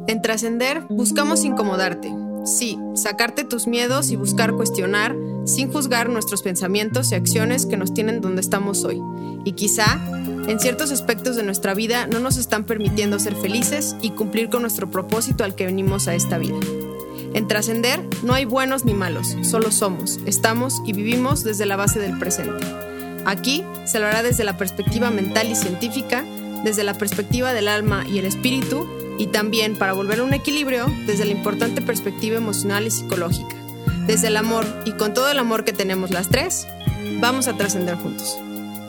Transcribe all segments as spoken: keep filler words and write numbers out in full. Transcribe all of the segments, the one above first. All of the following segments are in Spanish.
En Trascender buscamos incomodarte, sí, sacarte tus miedos y buscar cuestionar, sin juzgar nuestros pensamientos y acciones que nos tienen donde estamos hoy. Y quizá, en ciertos aspectos de nuestra vida no nos están permitiendo ser felices y cumplir con nuestro propósito al que venimos a esta vida. En Trascender no hay buenos ni malos, solo somos, estamos y vivimos desde la base del presente. Aquí se lo hará desde la perspectiva mental y científica, desde la perspectiva del alma y el espíritu, y también, para volver a un equilibrio, desde la importante perspectiva emocional y psicológica. Desde el amor, y con todo el amor que tenemos las tres, vamos a trascender juntos.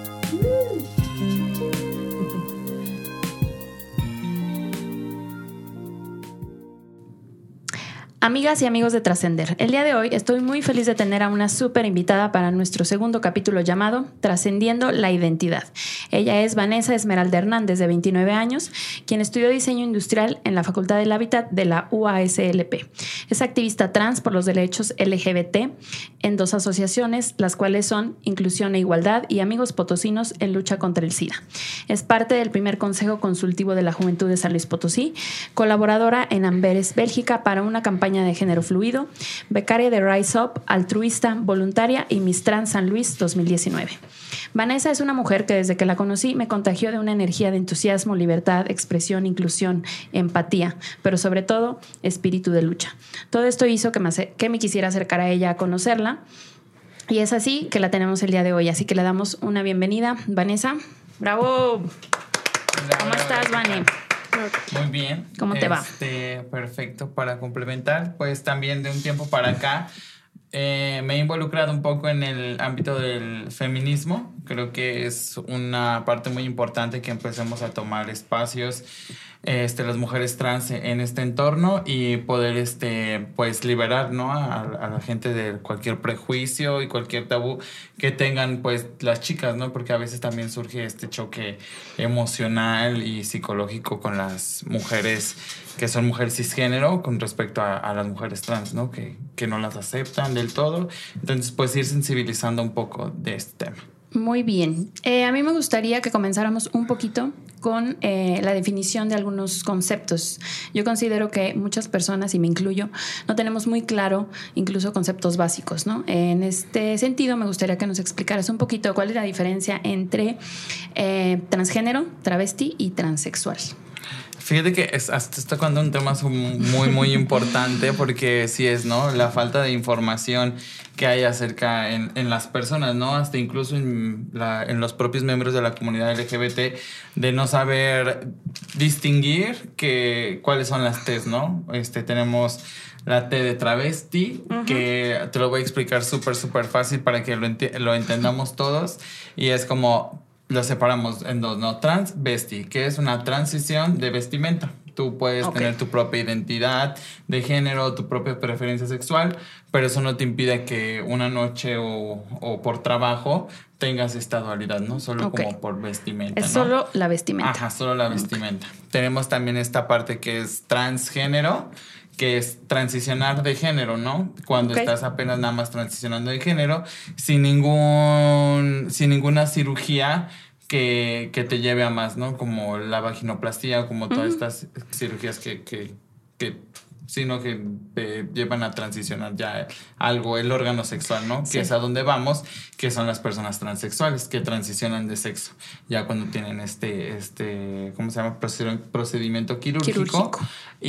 Amigas y amigos de Trascender, el día de hoy estoy muy feliz de tener a una súper invitada para nuestro segundo capítulo llamado Trascendiendo la Identidad. Ella es Vanessa Esmeralda Hernández, de veintinueve años, quien estudió diseño industrial en la Facultad del Hábitat de la U A S L P. Es activista trans por los derechos L G B T en dos asociaciones, las cuales son Inclusión e Igualdad y Amigos Potosinos en Lucha contra el SIDA. Es parte del primer Consejo Consultivo de la Juventud de San Luis Potosí, colaboradora en Amberes, Bélgica, para una campaña de género fluido, becaria de Rise Up, altruista, voluntaria y Miss Trans San Luis dos mil diecinueve. Vanessa es una mujer que desde que la conocí me contagió de una energía de entusiasmo, libertad, expresión, inclusión, empatía, pero sobre todo espíritu de lucha. Todo esto hizo que me, que me quisiera acercar a ella a conocerla, y es así que la tenemos el día de hoy. Así que le damos una bienvenida. Vanessa, ¡bravo! Hola, ¿Cómo hola, estás, hola, Vane? Muy bien. ¿Cómo te va? Este, perfecto. Para complementar, pues también de un tiempo para acá eh, me he involucrado un poco en el ámbito del feminismo. Creo que es una parte muy importante que empecemos a tomar espacios este, las mujeres trans en este entorno y poder este, pues liberar, ¿no? a, a la gente de cualquier prejuicio y cualquier tabú que tengan pues las chicas, ¿no? Porque a veces también surge este choque emocional y psicológico con las mujeres que son mujeres cisgénero con respecto a, a las mujeres trans, ¿no? Que, que no las aceptan del todo. Entonces, pues ir sensibilizando un poco de este tema. Muy bien. Eh, a mí me gustaría que comenzáramos un poquito con eh, la definición de algunos conceptos. Yo considero que muchas personas, y me incluyo, no tenemos muy claro incluso conceptos básicos, ¿no? En este sentido, me gustaría que nos explicaras un poquito cuál es la diferencia entre eh, transgénero, travesti y transexual. Fíjate que es, hasta está cuando un tema muy, muy importante porque sí es, ¿no? La falta de información que hay acerca en, en las personas, ¿no? Hasta incluso en, la, en los propios miembros de la comunidad L G B T, de no saber distinguir que, cuáles son las T's, ¿no? Este, tenemos la T de travesti, uh-huh. que te lo voy a explicar súper, súper fácil para que lo, enti- lo entendamos todos. Y es como... Lo separamos en dos, ¿no? Transvesti, que es una transición de vestimenta. Tú puedes okay. tener tu propia identidad de género, tu propia preferencia sexual, pero eso no te impide que una noche o, o por trabajo tengas esta dualidad, ¿no? Solo okay. como por vestimenta, Es ¿no? solo la vestimenta. Ajá, solo la vestimenta. Okay. Tenemos también esta parte que es transgénero, que es transicionar de género, ¿no? Cuando okay. estás apenas nada más transicionando de género, sin ningún, sin ninguna cirugía que, que te lleve a más, ¿no? Como la vaginoplastia, como todas uh-huh. estas cirugías que, que, que sino que te llevan a transicionar ya algo, el órgano sexual, ¿no? Sí. Que es a donde vamos, que son las personas transexuales, que transicionan de sexo, ya cuando tienen este, este ¿cómo se llama? Procedimiento quirúrgico. quirúrgico.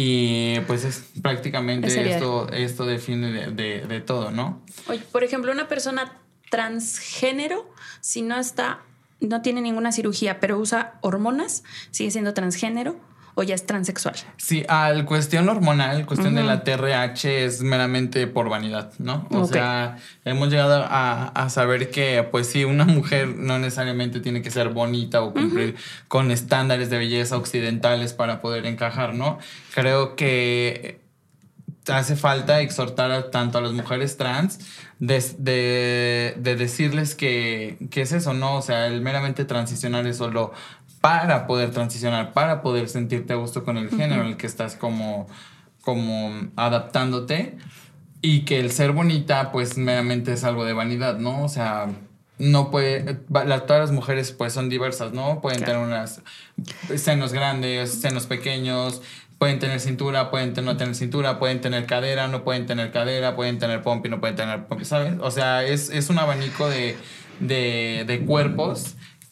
Y pues es prácticamente esto, esto define de, de, de todo, ¿no? Oye, por ejemplo, una persona transgénero, si no está, no tiene ninguna cirugía, pero usa hormonas, ¿sigue siendo transgénero? ¿O ya es transexual? Sí, al cuestión hormonal, cuestión uh-huh. de la T R H es meramente por vanidad, ¿no? O okay. sea, hemos llegado a, a saber que, pues sí, una mujer no necesariamente tiene que ser bonita o cumplir uh-huh. con estándares de belleza occidentales para poder encajar, ¿no? Creo que hace falta exhortar a, tanto a las mujeres trans de, de, de decirles que, que es eso, ¿no? O sea, el meramente transicionar es solo para poder transicionar, para poder sentirte a gusto con el género uh-huh. en el que estás como, como adaptándote, y que el ser bonita pues meramente es algo de vanidad, ¿no? O sea, no puede, la, todas las mujeres pues son diversas, ¿no? Pueden claro. tener unas senos grandes, senos pequeños, pueden tener cintura, pueden no tener cintura, pueden tener cadera, no pueden tener cadera, pueden tener pompi, no pueden tener pompi, ¿sabes? O sea, es, es un abanico de, de, de cuerpos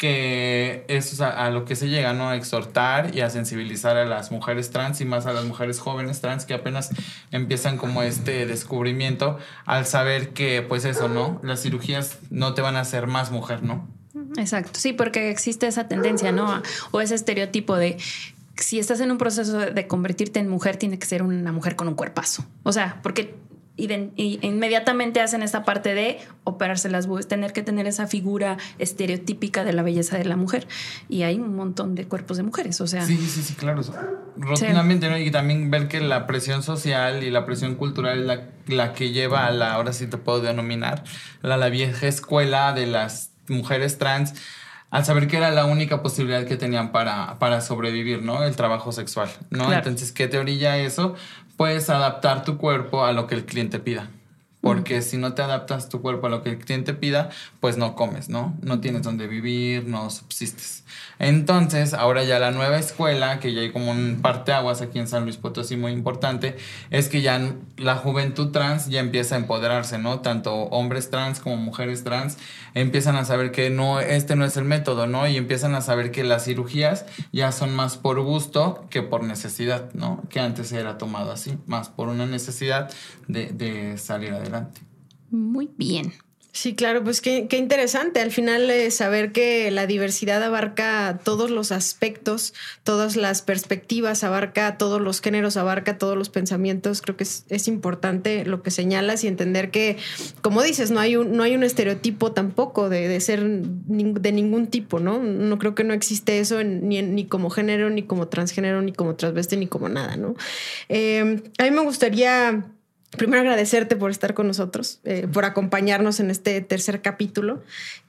que es a, a lo que se llega, ¿no? A exhortar y a sensibilizar a las mujeres trans y más a las mujeres jóvenes trans que apenas empiezan como este descubrimiento al saber que, pues eso, ¿no? Las cirugías no te van a hacer más mujer, ¿no? Exacto, sí, porque existe esa tendencia, ¿no? O ese estereotipo de si estás en un proceso de convertirte en mujer, tiene que ser una mujer con un cuerpazo. O sea, porque Y, de, y inmediatamente hacen esta parte de operarse las boobies, tener que tener esa figura estereotípica de la belleza de la mujer. Y hay un montón de cuerpos de mujeres, o sea... Sí, sí, sí, claro. Rotundamente, sí. ¿No? Y también ver que la presión social y la presión cultural es la, la que lleva a la, ahora sí te puedo denominar, la, la vieja escuela de las mujeres trans, al saber que era la única posibilidad que tenían para, para sobrevivir, ¿no? El trabajo sexual, ¿no? Claro. Entonces, ¿qué te orilla eso? Puedes adaptar tu cuerpo a lo que el cliente pida. Porque uh-huh. si no te adaptas tu cuerpo a lo que el cliente pida, pues no comes, ¿no? No tienes donde vivir, no subsistes. Entonces, ahora ya la nueva escuela, que ya hay como un parteaguas aquí en San Luis Potosí muy importante, es que ya la juventud trans ya empieza a empoderarse, ¿no? Tanto hombres trans como mujeres trans empiezan a saber que no, este no es el método, ¿no? Y empiezan a saber que las cirugías ya son más por gusto que por necesidad, ¿no? Que antes era tomado así, más por una necesidad de, de salir adelante. Muy bien. Sí, claro, pues qué, qué interesante. Al final eh, saber que la diversidad abarca todos los aspectos, todas las perspectivas, abarca todos los géneros, abarca todos los pensamientos. Creo que es, es importante lo que señalas y entender que, como dices, no hay un, no hay un estereotipo tampoco de, de ser de ningún tipo, ¿no? No creo que no existe eso en, ni, en, ni como género, ni como transgénero, ni como transvesti, ni como nada, ¿no? Eh, a mí me gustaría... Primero agradecerte por estar con nosotros, eh, por acompañarnos en este tercer capítulo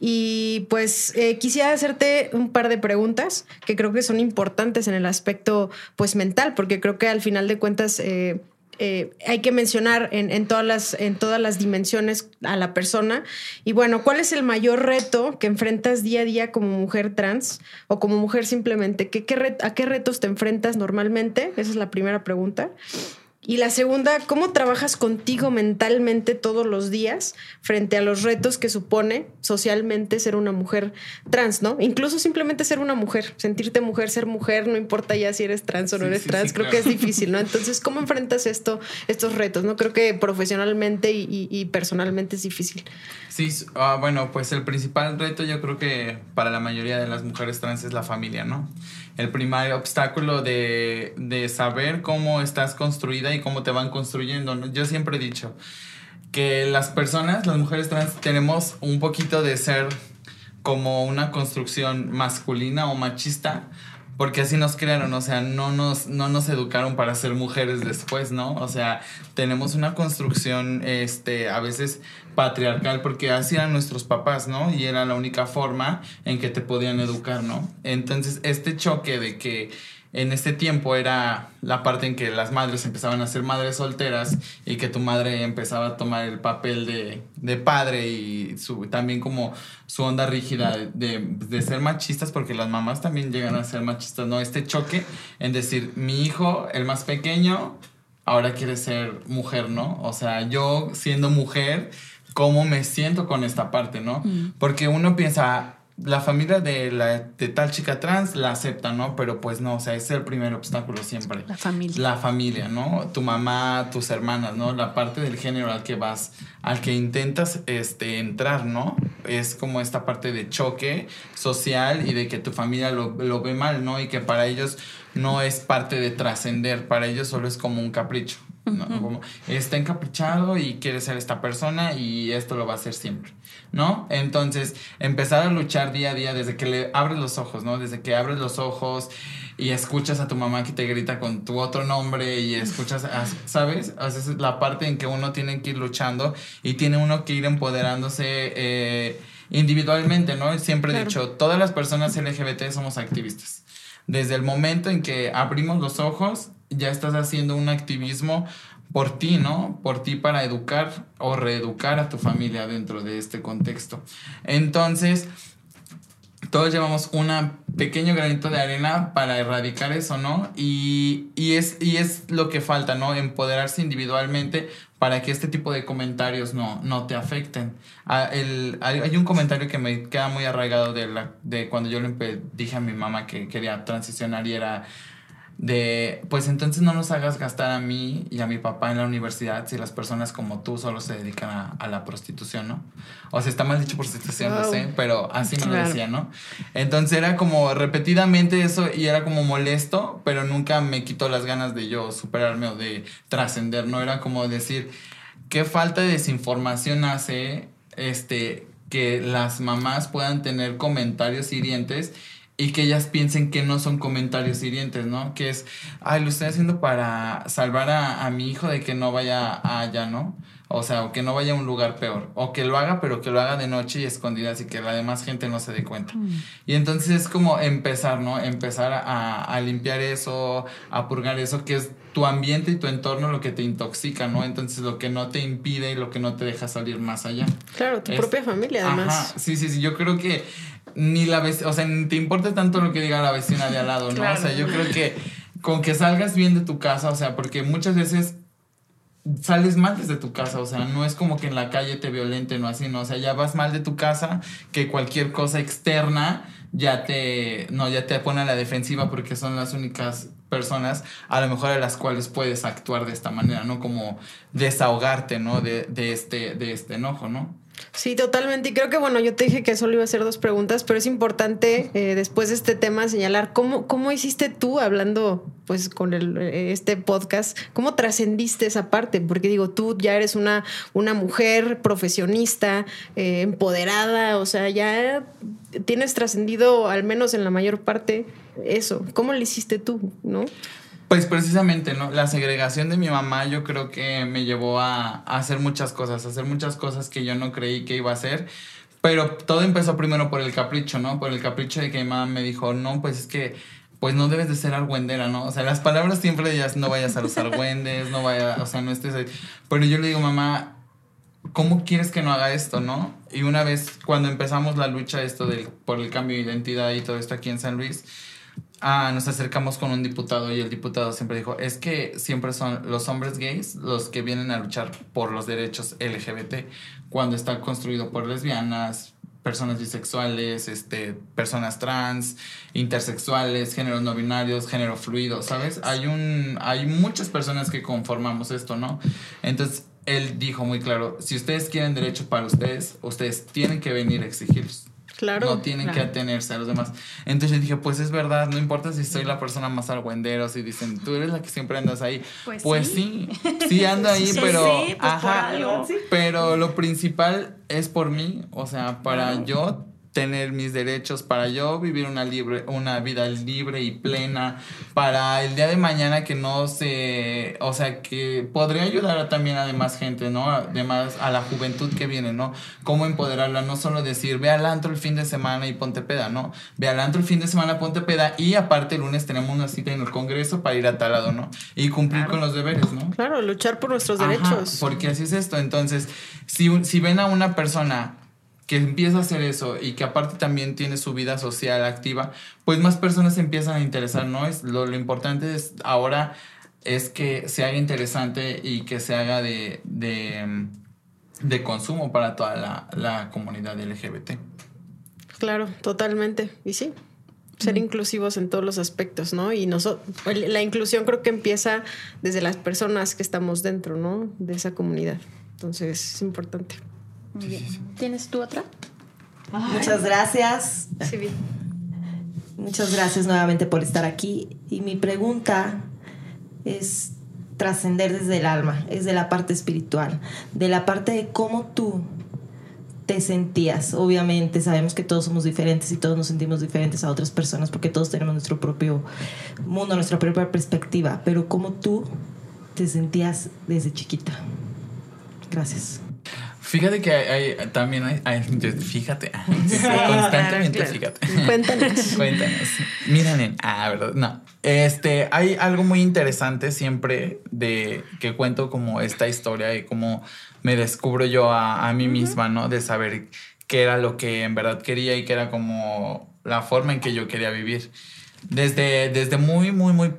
y pues eh, quisiera hacerte un par de preguntas que creo que son importantes en el aspecto pues mental, porque creo que al final de cuentas eh, eh, hay que mencionar en, en, todas las, en todas las dimensiones a la persona. Y bueno, ¿cuál es el mayor reto que enfrentas día a día como mujer trans o como mujer simplemente? ¿Qué, qué ret- ¿A qué retos te enfrentas normalmente? Esa es la primera pregunta. Y la segunda, ¿cómo trabajas contigo mentalmente todos los días frente a los retos que supone socialmente ser una mujer trans, ¿no? Incluso simplemente ser una mujer, sentirte mujer, ser mujer, no importa ya si eres trans o no sí, eres sí, trans, sí, creo claro. que es difícil, ¿no? Entonces, ¿cómo enfrentas esto, estos retos, no? Creo que profesionalmente y, y, y personalmente es difícil. Sí, uh, bueno, pues el principal reto yo creo que para la mayoría de las mujeres trans es la familia, ¿no? El primer obstáculo de, de saber cómo estás construida y cómo te van construyendo, ¿no? Yo siempre he dicho que las personas, las mujeres trans, tenemos un poquito de ser como una construcción masculina o machista, porque así nos crearon, o sea, no nos, no nos educaron para ser mujeres después, ¿no? O sea, tenemos una construcción, este, a veces patriarcal, porque así eran nuestros papás, ¿no? Y era la única forma en que te podían educar, ¿no? Entonces, este choque de que en este tiempo era la parte en que las madres empezaban a ser madres solteras y que tu madre empezaba a tomar el papel de, de padre y su, también como su onda rígida de, de ser machistas, porque las mamás también llegan a ser machistas, ¿no? Este choque en decir, mi hijo, el más pequeño, ahora quiere ser mujer, ¿no? O sea, yo siendo mujer, ¿cómo me siento con esta parte, no? Mm. Porque uno piensa... La familia de, la, de tal chica trans la acepta, ¿no? Pero pues no, o sea, ese es el primer obstáculo siempre. La familia. La familia, ¿no? Tu mamá, tus hermanas, ¿no? La parte del género al que vas, al que intentas este, entrar, ¿no? Es como esta parte de choque social y de que tu familia lo, lo ve mal, ¿no? Y que para ellos no es parte de trascender, para ellos solo es como un capricho, ¿no? Uh-huh. Como está encaprichado y quiere ser esta persona y esto lo va a hacer siempre, ¿no? Entonces, empezar a luchar día a día desde que le abres los ojos, ¿no? Desde que abres los ojos y escuchas a tu mamá que te grita con tu otro nombre y escuchas, a, ¿sabes? O sea, esa es la parte en que uno tiene que ir luchando y tiene uno que ir empoderándose eh, individualmente, ¿no? Siempre claro. he dicho, todas las personas L G B T somos activistas. Desde el momento en que abrimos los ojos, ya estás haciendo un activismo por ti, ¿no? Por ti para educar o reeducar a tu familia dentro de este contexto. Entonces, todos llevamos un pequeño granito de arena para erradicar eso, ¿no? Y, y, es, y es lo que falta, ¿no? Empoderarse individualmente para que este tipo de comentarios no, no te afecten. Ah, el, hay, hay un comentario que me queda muy arraigado de, la, de cuando yo le dije a mi mamá que quería transicionar y era de, pues entonces no nos hagas gastar a mí y a mi papá en la universidad si las personas como tú solo se dedican a, a la prostitución, ¿no? O sea, está mal dicho prostitución, wow. Lo sé, pero así me claro. lo decía, ¿no? Entonces era como repetidamente eso y era como molesto, pero nunca me quitó las ganas de yo superarme o de trascender, ¿no? Era como decir, ¿qué falta de desinformación hace este, que las mamás puedan tener comentarios hirientes y que ellas piensen que no son comentarios hirientes, ¿no? Que es, ay, lo estoy haciendo para salvar a, a mi hijo de que no vaya allá, ¿no? O sea, o que no vaya a un lugar peor. O que lo haga, pero que lo haga de noche y escondidas y que la demás gente no se dé cuenta. Mm. Y entonces es como empezar, ¿no? Empezar a, a limpiar eso, a purgar eso, que es tu ambiente y tu entorno lo que te intoxica, ¿no? Entonces lo que no te impide y lo que no te deja salir más allá. Claro, tu es, propia familia, además. Ajá, sí, sí, sí. Yo creo que ni la vecina, o sea, ni te importa tanto lo que diga la vecina de al lado, ¿no? Claro. O sea, yo creo que con que salgas bien de tu casa, o sea, porque muchas veces sales mal desde tu casa, o sea, no es como que en la calle te violenten o así, ¿no? O sea, ya vas mal de tu casa, que cualquier cosa externa ya te, no, ya te pone a la defensiva porque son las únicas personas a lo mejor a las cuales puedes actuar de esta manera, ¿no? Como desahogarte, ¿no? De, de, este, de este enojo, ¿no? Sí, totalmente. Y creo que, bueno, yo te dije que solo iba a hacer dos preguntas, pero es importante eh, después de este tema señalar cómo, cómo hiciste tú, hablando pues con el, este podcast, cómo trascendiste esa parte, porque digo, tú ya eres una, una mujer profesionista, eh, empoderada, o sea, ya tienes trascendido al menos en la mayor parte eso. ¿Cómo lo hiciste tú, no? Pues precisamente, ¿no? La segregación de mi mamá yo creo que me llevó a, a hacer muchas cosas, a hacer muchas cosas que yo no creí que iba a hacer, pero todo empezó primero por el capricho, ¿no? Por el capricho de que mi mamá me dijo, no, pues es que pues no debes de ser argüendera, ¿no? O sea, las palabras siempre ellas, no vayas a los argüendes, no vayas, o sea, no estés ahí. Pero yo le digo, mamá, ¿cómo quieres que no haga esto, no? Y una vez cuando empezamos la lucha esto del, por el cambio de identidad y todo esto aquí en San Luis, Ah, nos acercamos con un diputado y el diputado siempre dijo, es que siempre son los hombres gays los que vienen a luchar por los derechos L G B T cuando está construido por lesbianas, personas bisexuales, este, personas trans, intersexuales, géneros no binarios, género fluido, ¿sabes? Hay un, hay muchas personas que conformamos esto, ¿no? Entonces, él dijo muy claro, si ustedes quieren derechos para ustedes, ustedes tienen que venir a exigirlos. Claro, no tienen claro. que atenerse a los demás. Entonces yo dije, pues es verdad, no importa si soy la persona más argüendera o si dicen, tú eres la que siempre andas ahí. Pues, pues sí. sí, sí ando ahí, sí, pero sí, pues ajá, algo, ¿sí? Pero lo principal es por mí, o sea, para claro. yo tener mis derechos, para yo vivir una libre, una vida libre y plena, para el día de mañana que no se, o sea, que podría ayudar a, también a demás gente, ¿no? Además a la juventud que viene, ¿no? Cómo empoderarla, no solo decir, ve al antro el fin de semana y ponte peda, ¿no? Ve al antro el fin de semana, ponte peda y aparte el lunes tenemos una cita en el Congreso para ir a tal lado, ¿no? Y cumplir claro. con los deberes, ¿no? Claro, luchar por nuestros Ajá, derechos. Porque así es esto. Entonces, si, si ven a una persona que empieza a hacer eso y que aparte también tiene su vida social activa, pues más personas se empiezan a interesar, ¿no? Es, lo, lo importante es ahora es que se haga interesante y que se haga de, de, de consumo para toda la, la comunidad L G B T. Claro, totalmente. Y sí, ser mm. inclusivos en todos los aspectos, ¿no? Y nosotros, la inclusión creo que empieza desde las personas que estamos dentro, ¿no? De esa comunidad. Entonces es importante. Muy bien. ¿Tienes tú otra? Ay. Muchas gracias. Sí, bien. Muchas gracias nuevamente por estar aquí. Y mi pregunta es trascender desde el alma, es de la parte espiritual, de la parte de cómo tú te sentías. Obviamente sabemos que todos somos diferentes y todos nos sentimos diferentes a otras personas porque todos tenemos nuestro propio mundo, nuestra propia perspectiva, pero cómo tú te sentías desde chiquita. Gracias. Fíjate que hay, hay también hay, hay fíjate, constantemente, claro. fíjate. Cuéntanos. Cuéntanos. Miren, ah, verdad, no. Este, hay algo muy interesante siempre de que cuento como esta historia y cómo me descubro yo a, a mí uh-huh. misma, ¿no? De saber qué era lo que en verdad quería y qué era como la forma en que yo quería vivir. Desde, desde muy, muy, muy,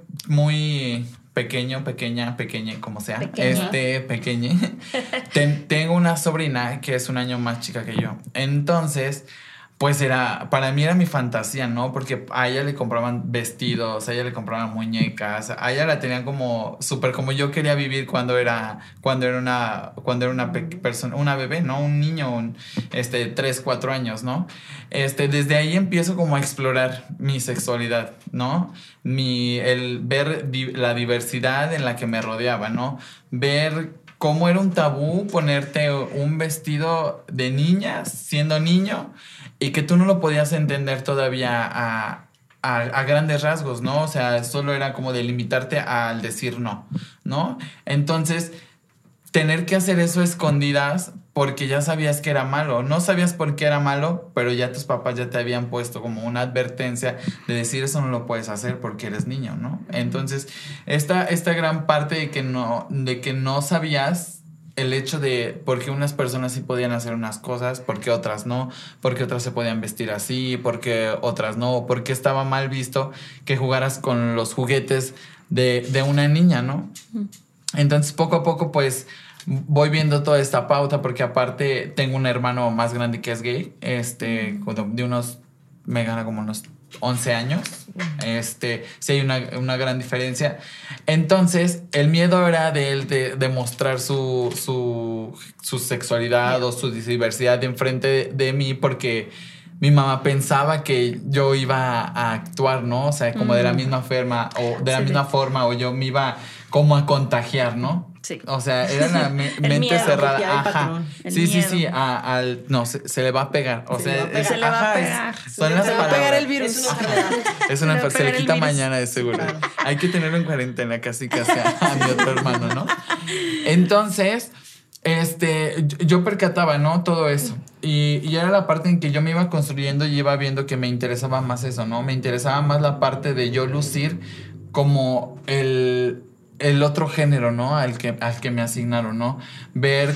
muy pequeño, pequeña, pequeña, como sea, Pequeña. este, pequeña, ten, tengo una sobrina que es un año más chica que yo. Entonces, pues era, para mí era mi fantasía, ¿no? Porque a ella le compraban vestidos, a ella le compraban muñecas, a ella la tenían como súper como yo quería vivir cuando era, cuando era una, cuando era una persona, una bebé, ¿no? Un niño, un, este, tres, cuatro años, ¿no? Este, desde ahí empiezo como a explorar mi sexualidad, ¿no? Mi, el ver di- la diversidad en la que me rodeaba, ¿no? Ver cómo era un tabú ponerte un vestido de niña siendo niño y que tú no lo podías entender todavía a, a, a grandes rasgos, ¿no? O sea, solo era como de limitarte al decir no, ¿no? Entonces, tener que hacer eso a escondidas porque ya sabías que era malo. No sabías por qué era malo, pero ya tus papás ya te habían puesto como una advertencia de decir eso no lo puedes hacer porque eres niño, ¿no? Entonces, esta, esta gran parte de que no, de que no sabías el hecho de por qué unas personas sí podían hacer unas cosas, por qué otras no, por qué otras se podían vestir así, por qué otras no, por qué estaba mal visto que jugaras con los juguetes de, de una niña, ¿no? Entonces, poco a poco, pues, voy viendo toda esta pauta porque aparte tengo un hermano más grande que es gay, este, de unos, me gana como unos once años, este, sí hay una, una gran diferencia. Entonces, el miedo era de él de, de mostrar su, su, su sexualidad o su diversidad enfrente de, de mí porque mi mamá pensaba que yo iba a actuar, ¿no? O sea, como de la misma forma o de la Sí, misma sí. forma o yo me iba como a contagiar, ¿no? Sí. O sea, era la me- El mente miedo, cerrada. copiar el Ajá. patrón. El Sí, sí, miedo. sí. a- al, no, se, se le va a pegar. O Se sea, le va a pegar. es- Se le va a ajá, es- pegar. son las Se le va a pegar palabras. el virus. Es una enfermedad. Es una Se le va a enfer- se le pegar el quita virus. mañana de seguro. Claro. Hay que tenerlo en cuarentena casi casi a, a mi otro hermano, ¿no? Entonces, este, yo, yo percataba, ¿no? Todo eso. Y, y era la parte en que yo me iba construyendo y iba viendo que me interesaba más eso, ¿no? Me interesaba más la parte de yo lucir como el, el otro género, ¿no? Al que, al que me asignaron, ¿no? Ver,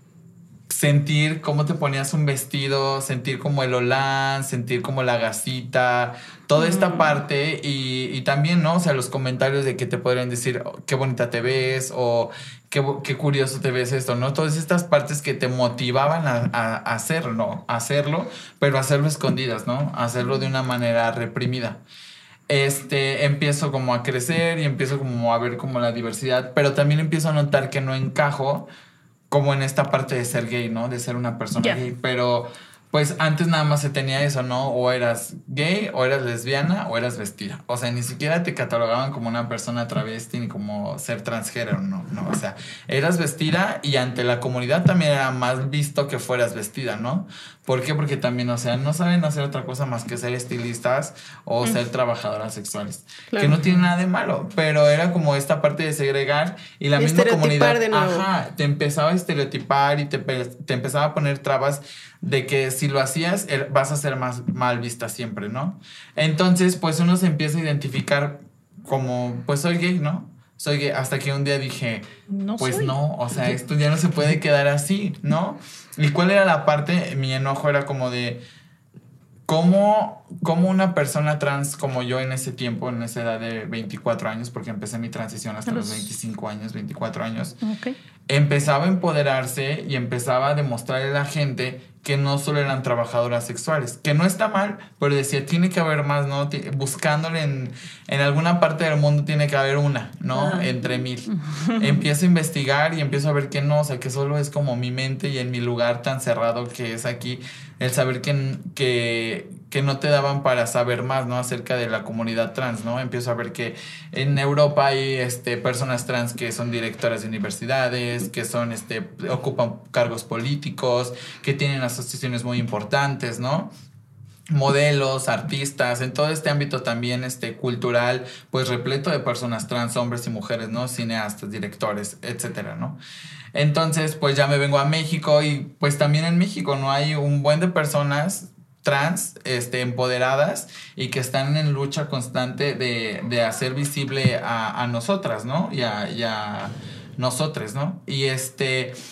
sentir cómo te ponías un vestido, sentir como el holán, sentir como la gasita, toda esta parte y, y también, ¿no? O sea, los comentarios de que te podrían decir oh, qué bonita te ves o qué, qué curioso te ves esto, ¿no? Todas estas partes que te motivaban a, a, a hacerlo, a hacerlo, pero hacerlo escondidas, ¿no? Hacerlo de una manera reprimida. Este, empiezo como a crecer y empiezo como a ver como la diversidad, pero también empiezo a notar que no encajo como en esta parte de ser gay, ¿no? De ser una persona Ya. gay, pero pues antes nada más se tenía eso, ¿no? O eras gay, o eras lesbiana, o eras vestida. O sea, ni siquiera te catalogaban como una persona travesti ni como ser transgénero, no, no. O sea, eras vestida y ante la comunidad también era más visto que fueras vestida, ¿no? ¿Por qué? Porque también, o sea, no saben hacer otra cosa más que ser estilistas o ser trabajadoras sexuales. Claro. Que no tiene nada de malo, pero era como esta parte de segregar y la Y misma estereotipar comunidad, de nuevo. ajá, te empezaba a estereotipar y te, pe- te empezaba a poner trabas de que si lo hacías er- vas a ser más mal vista siempre, ¿no? Entonces, pues uno se empieza a identificar como, pues soy gay, ¿no? Soy gay, hasta que un día dije, No pues soy. no, o sea, esto ya no se puede quedar así, ¿no? ¿Y cuál era la parte? Mi enojo era como de cómo, cómo una persona trans como yo en ese tiempo, en esa edad de veinticuatro años, porque empecé mi transición hasta A los los- veinticinco años, veinticuatro años, Ok. empezaba a empoderarse y empezaba a demostrarle a la gente que no solo eran trabajadoras sexuales, que no está mal, pero decía, tiene que haber más, ¿no? Ti- Buscándole en, en alguna parte del mundo tiene que haber una, ¿no? Ajá. Entre mil. Empiezo a investigar y empiezo a ver que no, o sea, que solo es como mi mente y en mi lugar tan cerrado que es aquí, el saber que, que, que no te daban para saber más, ¿no? Acerca de la comunidad trans, ¿no? Empiezo a ver que en Europa hay este, personas trans que son directoras de universidades, que son, este, ocupan cargos políticos, que tienen asociaciones muy importantes, ¿no? Modelos, artistas, en todo este ámbito también este, cultural, pues repleto de personas trans, hombres y mujeres, ¿no? Cineastas, directores, etcétera, ¿no? Entonces, pues ya me vengo a México y pues también en México no hay un buen de personas trans, este, empoderadas y que están en lucha constante de, de hacer visible a, a nosotras, ¿no? Y a, y a nosotros, ¿no? Y este...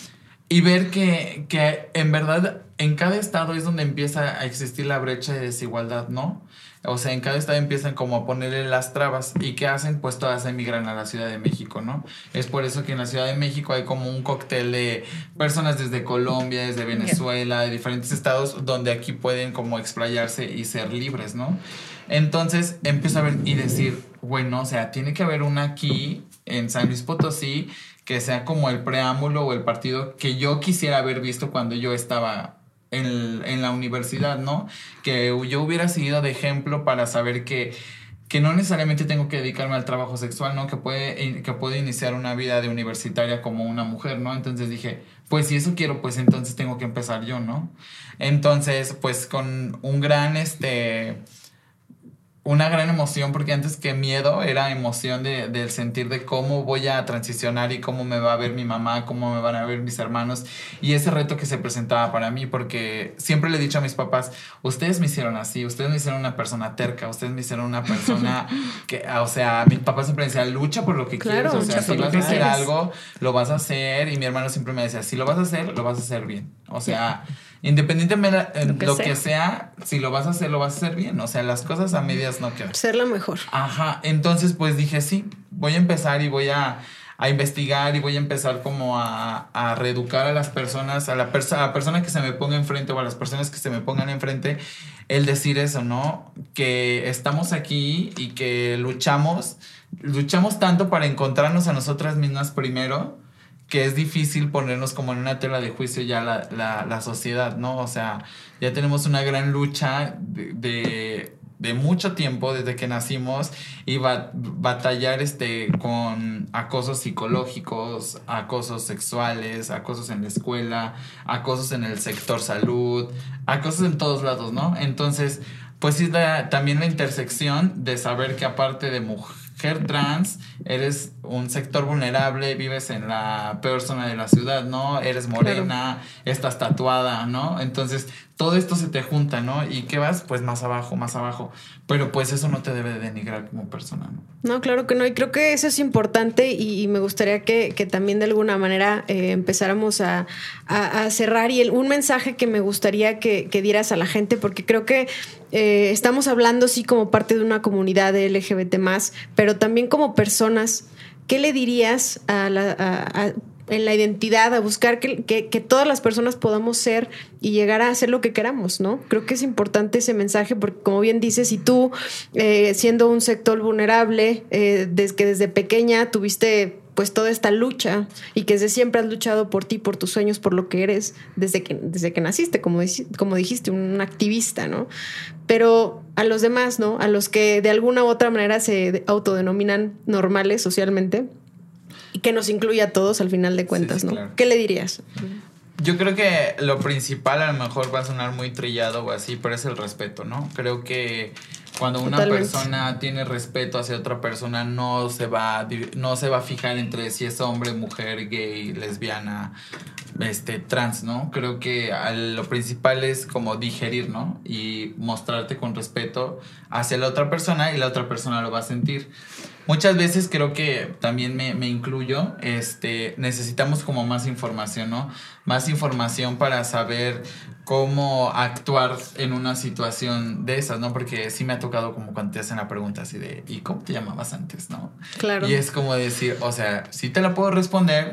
y ver que, que en verdad en cada estado es donde empieza a existir la brecha de desigualdad, ¿no? O sea, en cada estado empiezan como a ponerle las trabas. ¿Y qué hacen? Pues todas emigran a la Ciudad de México, ¿no? Es por eso que en la Ciudad de México hay como un cóctel de personas desde Colombia, desde Venezuela, de diferentes estados, donde aquí pueden como explayarse y ser libres, ¿no? Entonces empiezo a ver y decir, bueno, o sea, tiene que haber una aquí en San Luis Potosí que sea como el preámbulo o el partido que yo quisiera haber visto cuando yo estaba en, en la universidad, ¿no? Que yo hubiera seguido de ejemplo para saber que, que no necesariamente tengo que dedicarme al trabajo sexual, ¿no? Que puede, que puede iniciar una vida de universitaria como una mujer, ¿no? Entonces dije, pues si eso quiero, pues entonces tengo que empezar yo, ¿no? Entonces, pues con un gran, este... una gran emoción, porque antes que miedo era emoción de, del sentir de cómo voy a transicionar y cómo me va a ver mi mamá, cómo me van a ver mis hermanos, y ese reto que se presentaba para mí, porque siempre le he dicho a mis papás, ustedes me hicieron así, ustedes me hicieron una persona terca, ustedes me hicieron una persona que, o sea, mi papá siempre decía, lucha por lo que claro, quieres, o sea, si vas a hacer quieres. algo, lo vas a hacer, y mi hermano siempre me decía, si lo vas a hacer, lo vas a hacer bien, o sea... Independientemente de lo, que, lo sea. que sea, si lo vas a hacer, lo vas a hacer bien. O sea, las cosas a medias no quedan. Ser la mejor. Ajá, entonces pues dije, sí, voy a empezar y voy a, a investigar y voy a empezar como a, a reeducar a las personas, a la, perso- a la persona que se me ponga enfrente o a las personas que se me pongan enfrente, el decir eso, ¿no? Que estamos aquí y que luchamos, luchamos tanto para encontrarnos a nosotras mismas primero, que es difícil ponernos como en una tela de juicio ya la, la, la sociedad, ¿no? O sea, ya tenemos una gran lucha de, de, de mucho tiempo desde que nacimos y ba- batallar este, con acosos psicológicos, acosos sexuales, acosos en la escuela, acosos en el sector salud, acosos en todos lados, ¿no? Entonces, pues sí, la, también la intersección de saber que aparte de mujer, mujer trans, eres un sector vulnerable, vives en la peor zona de la ciudad, ¿no? Eres morena, claro. Estás tatuada, ¿no? Entonces, todo esto se te junta, ¿no? ¿Y qué vas? Pues más abajo, más abajo. Pero pues eso no te debe denigrar como persona, ¿no? No, claro que no. Y creo que eso es importante y, y me gustaría que, que también de alguna manera eh, empezáramos a, a, a cerrar. Y el, un mensaje que me gustaría que, que dieras a la gente, porque creo que eh, estamos hablando sí como parte de una comunidad de L G B T más, pero también como personas. ¿Qué le dirías a la... A, a, en la identidad, a buscar que, que, que todas las personas podamos ser y llegar a hacer lo que queramos, ¿no? Creo que es importante ese mensaje porque, como bien dices, si tú, eh, siendo un sector vulnerable, eh, desde que desde pequeña tuviste pues toda esta lucha y que desde siempre has luchado por ti, por tus sueños, por lo que eres, desde que, desde que naciste, como, como dijiste, un activista, ¿no? Pero a los demás, ¿no? A los que de alguna u otra manera se autodenominan normales socialmente, y que nos incluye a todos al final de cuentas, sí, sí, ¿no? Claro. ¿Qué le dirías? Yo creo que lo principal, a lo mejor va a sonar muy trillado o así, pero es el respeto, ¿no? Creo que cuando una Totalmente. persona tiene respeto hacia otra persona, no se va, no se va a fijar entre si es hombre, mujer, gay, lesbiana, este, trans, ¿no? Creo que lo principal es como digerir, ¿no? Y mostrarte con respeto hacia la otra persona y la otra persona lo va a sentir. Muchas veces creo que también me, me incluyo, este, necesitamos como más información, ¿no? Más información para saber cómo actuar en una situación de esas, ¿no? Porque sí me ha tocado como cuando te hacen la pregunta así de, ¿y cómo te llamabas antes, no? Claro. Y es como decir, o sea, sí te la puedo responder,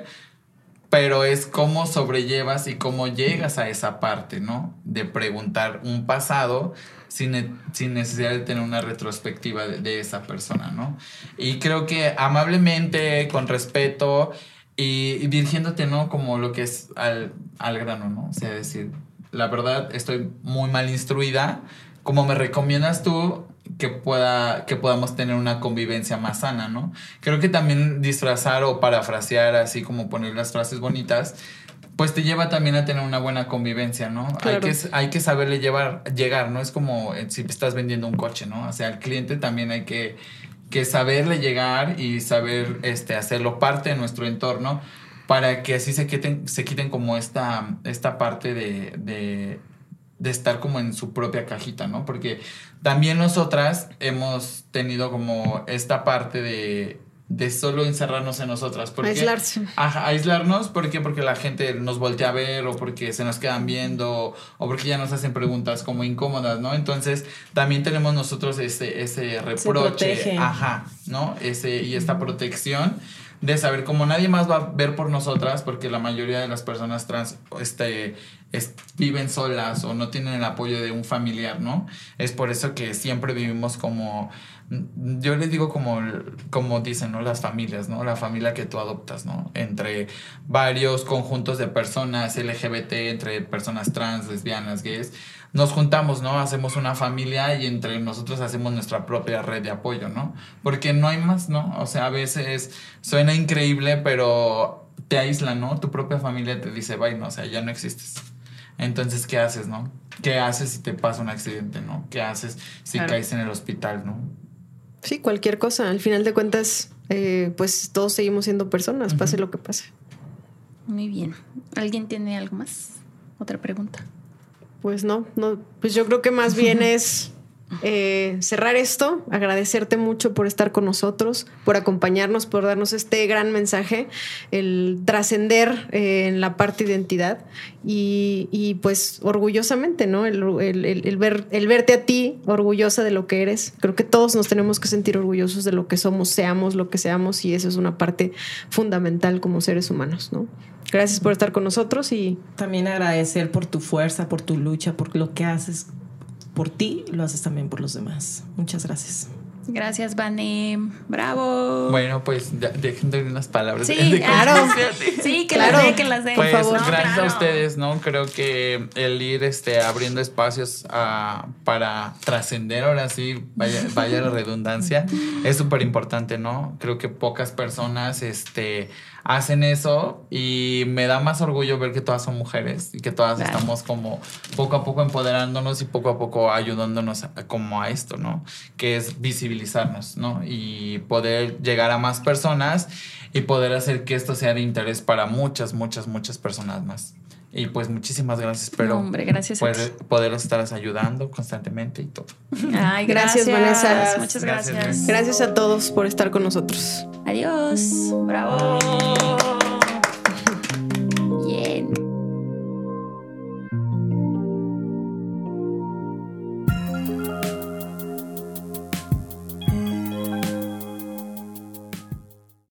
pero es cómo sobrellevas y cómo llegas a esa parte, ¿no? De preguntar un pasado sin, sin necesidad de tener una retrospectiva de, de esa persona, ¿no? Y creo que amablemente, con respeto y, y dirigiéndote, ¿no? Como lo que es al, al grano, ¿no? O sea, decir, la verdad, estoy muy mal instruida. ¿Cómo me recomiendas tú que pueda que podamos tener una convivencia más sana, ¿no? Creo que también disfrazar o parafrasear, así como poner las frases bonitas, pues te lleva también a tener una buena convivencia, ¿no? Claro. Hay que, hay que saberle llevar, llegar, ¿no? Es como si estás vendiendo un coche, ¿no? O sea, al cliente también hay que, que saberle llegar y saber este, hacerlo parte de nuestro entorno para que así se quiten, se quiten como esta, esta parte de... de de estar como en su propia cajita, ¿no? Porque también nosotras hemos tenido como esta parte de, de solo encerrarnos en nosotras. ¿Por qué? Aislarse. Ajá, aislarnos, ¿por qué? Porque la gente nos voltea a ver o porque se nos quedan viendo o porque ya nos hacen preguntas como incómodas, ¿no? Entonces, también tenemos nosotros ese, ese reproche, ajá, ¿no? Ese, y esta protección de saber como nadie más va a ver por nosotras, porque la mayoría de las personas trans este, es, viven solas o no tienen el apoyo de un familiar, ¿no? Es por eso que siempre vivimos como... Yo les digo como, como dicen, ¿no? Las familias, ¿no? La familia que tú adoptas, ¿no? Entre varios conjuntos de personas L G B T, entre personas trans, lesbianas, gays, nos juntamos, ¿no? Hacemos una familia y entre nosotros hacemos nuestra propia red de apoyo, ¿no? Porque no hay más, ¿no? O sea, a veces suena increíble, pero te aísla, ¿no? Tu propia familia te dice, bye, no, o sea, ya no existes. Entonces, ¿qué haces, no? ¿Qué haces si te pasa un accidente, no? ¿Qué haces si claro. caes en el hospital, no? Sí, cualquier cosa. Al final de cuentas, eh, pues todos seguimos siendo personas, uh-huh. pase lo que pase. Muy bien. ¿Alguien tiene algo más? ¿Otra pregunta? Pues no, no. Pues yo creo que más bien es eh, cerrar esto, agradecerte mucho por estar con nosotros, por acompañarnos, por darnos este gran mensaje, el trascender eh, en la parte identidad y, y pues orgullosamente, ¿no? El, el, el, el, ver, el verte a ti orgullosa de lo que eres. Creo que todos nos tenemos que sentir orgullosos de lo que somos, seamos lo que seamos, y eso es una parte fundamental como seres humanos, ¿no? Gracias por estar con nosotros y también agradecer por tu fuerza, por tu lucha, por lo que haces por ti, lo haces también por los demás. Muchas gracias. Gracias, Vane. Bravo. Bueno, pues dejen de unas palabras. Sí, de claro. Sí, que claro. las dé, que las dé. Pues, por favor. Gracias claro. a ustedes, ¿no? Creo que el ir este, abriendo espacios a, para trascender, ahora sí, vaya, vaya la redundancia, es súper importante, ¿no? Creo que pocas personas este, hacen eso y me da más orgullo ver que todas son mujeres y que todas claro. estamos como poco a poco empoderándonos y poco a poco ayudándonos a, como a esto, ¿no? Que es visibilizarnos, ¿no? Y poder llegar a más personas y poder hacer que esto sea de interés para muchas, muchas, muchas personas más. Y pues muchísimas gracias, pero no, hombre, gracias poder, poder estar ayudando constantemente y todo. Ay, gracias, gracias Vanessa. Muchas gracias. Gracias a todos por estar con nosotros. Adiós. Bravo.